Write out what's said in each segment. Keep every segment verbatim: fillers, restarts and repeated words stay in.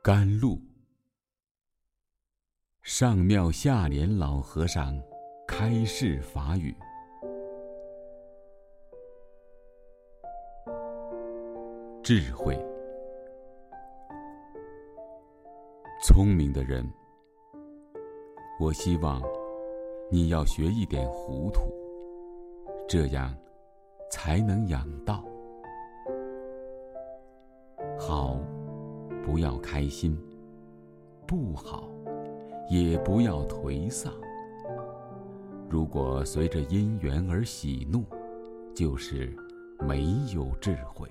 甘露。上庙下联老和尚开示法语。智慧。聪明的人，我希望你要学一点糊涂，这样才能养道。好，不要开心；不好，也不要颓丧。如果随着因缘而喜怒，就是没有智慧。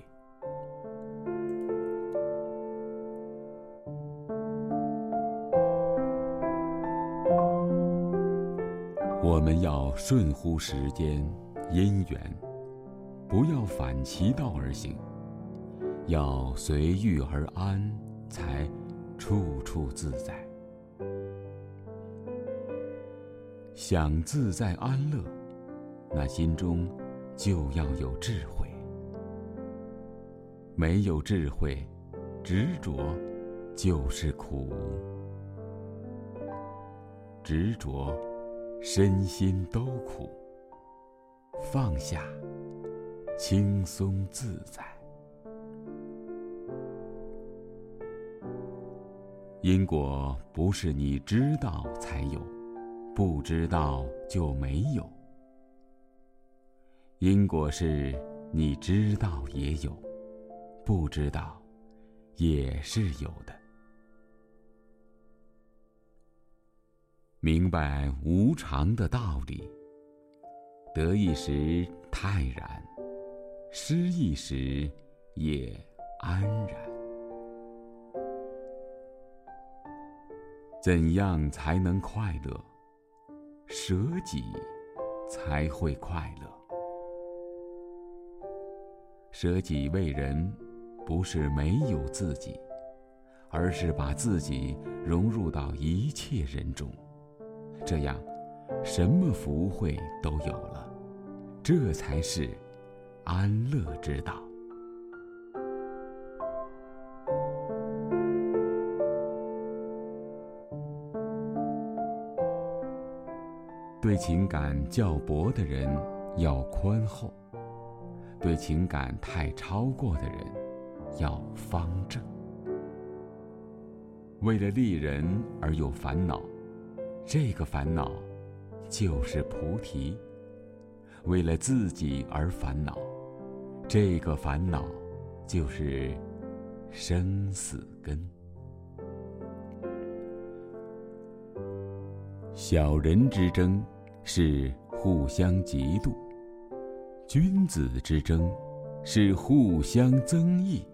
我们要顺乎时间因缘，不要反其道而行，要随遇而安，才处处自在。想自在安乐，那心中就要有智慧。没有智慧，执着就是苦。执着身心都苦，放下轻松自在。因果不是你知道才有，不知道就没有。因果是你知道也有，不知道也是有的。明白无常的道理，得意时泰然，失意时也安然。怎样才能快乐？舍己才会快乐。舍己为人，不是没有自己，而是把自己融入到一切人中。这样，什么福慧都有了，这才是安乐之道。对情感较薄的人要宽厚，对情感太超过的人要方正。为了利人而有烦恼，这个烦恼就是菩提；为了自己而烦恼，这个烦恼就是生死根。小人之争是互相嫉妒，君子之争是互相增益。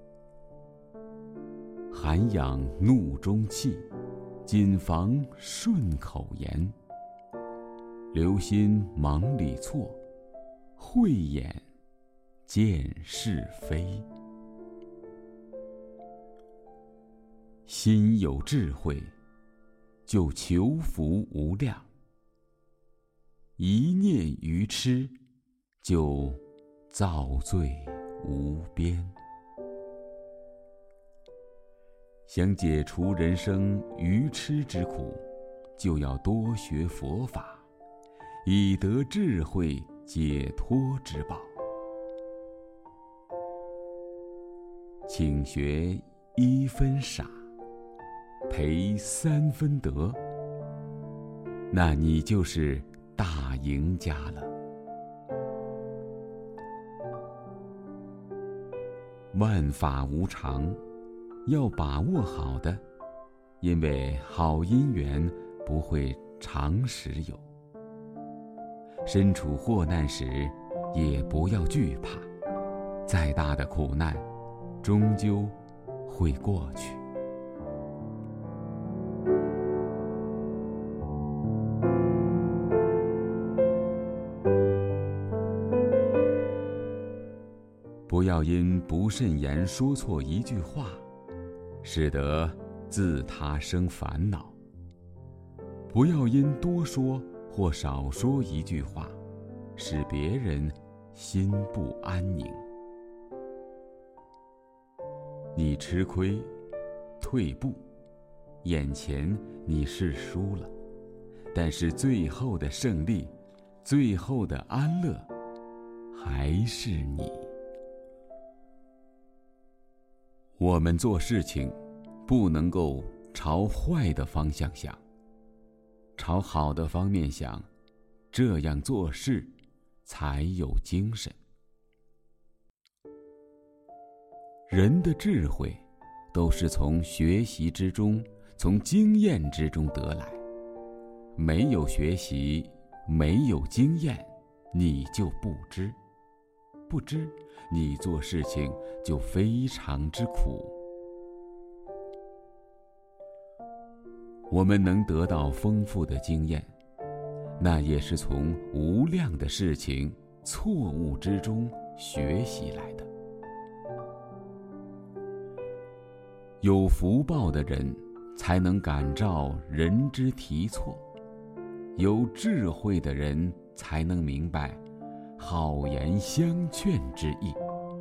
涵养怒中气，谨防顺口言。留心忙里错，慧眼见是非。心有智慧，就求福无量；一念愚痴，就造罪无边。想解除人生愚痴之苦，就要多学佛法，以得智慧解脱之宝。请学一分傻，赔三分得，那你就是大赢家了。万法无常，要把握好的，因为好因缘不会常时有。身处祸难时，也不要惧怕，再大的苦难，终究会过去。不要因不慎言说错一句话，使得自他生烦恼；不要因多说或少说一句话，使别人心不安宁。你吃亏， 退步，眼前你是输了，但是最后的胜利，最后的安乐，还是你。我们做事情不能够朝坏的方向想，朝好的方面想，这样做事才有精神。人的智慧都是从学习之中，从经验之中得来。没有学习，没有经验，你就不知。不知，你做事情就非常之苦。我们能得到丰富的经验，那也是从无量的事情、错误之中学习来的。有福报的人才能感召人之提错，有智慧的人才能明白好言相劝之意。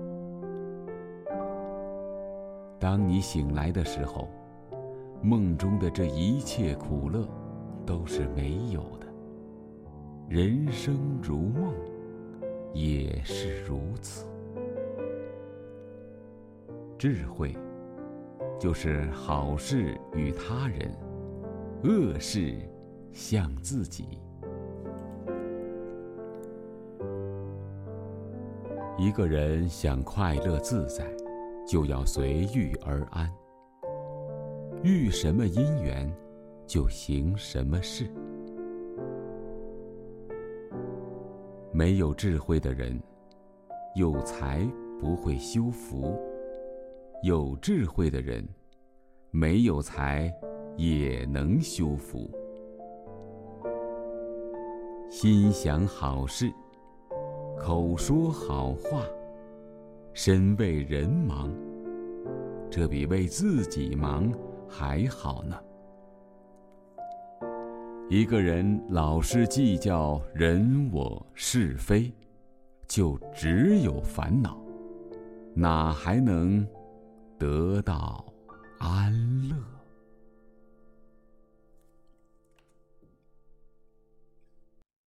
当你醒来的时候，梦中的这一切苦乐都是没有的。人生如梦，也是如此。智慧就是好事与他人，恶事向自己。一个人想快乐自在，就要随遇而安。遇什么因缘，就行什么事。没有智慧的人，有财不会修福；有智慧的人，没有财也能修福。心想好事，口说好话，身为人忙，这比为自己忙还好呢。一个人老是计较人我是非，就只有烦恼，哪还能得到安乐？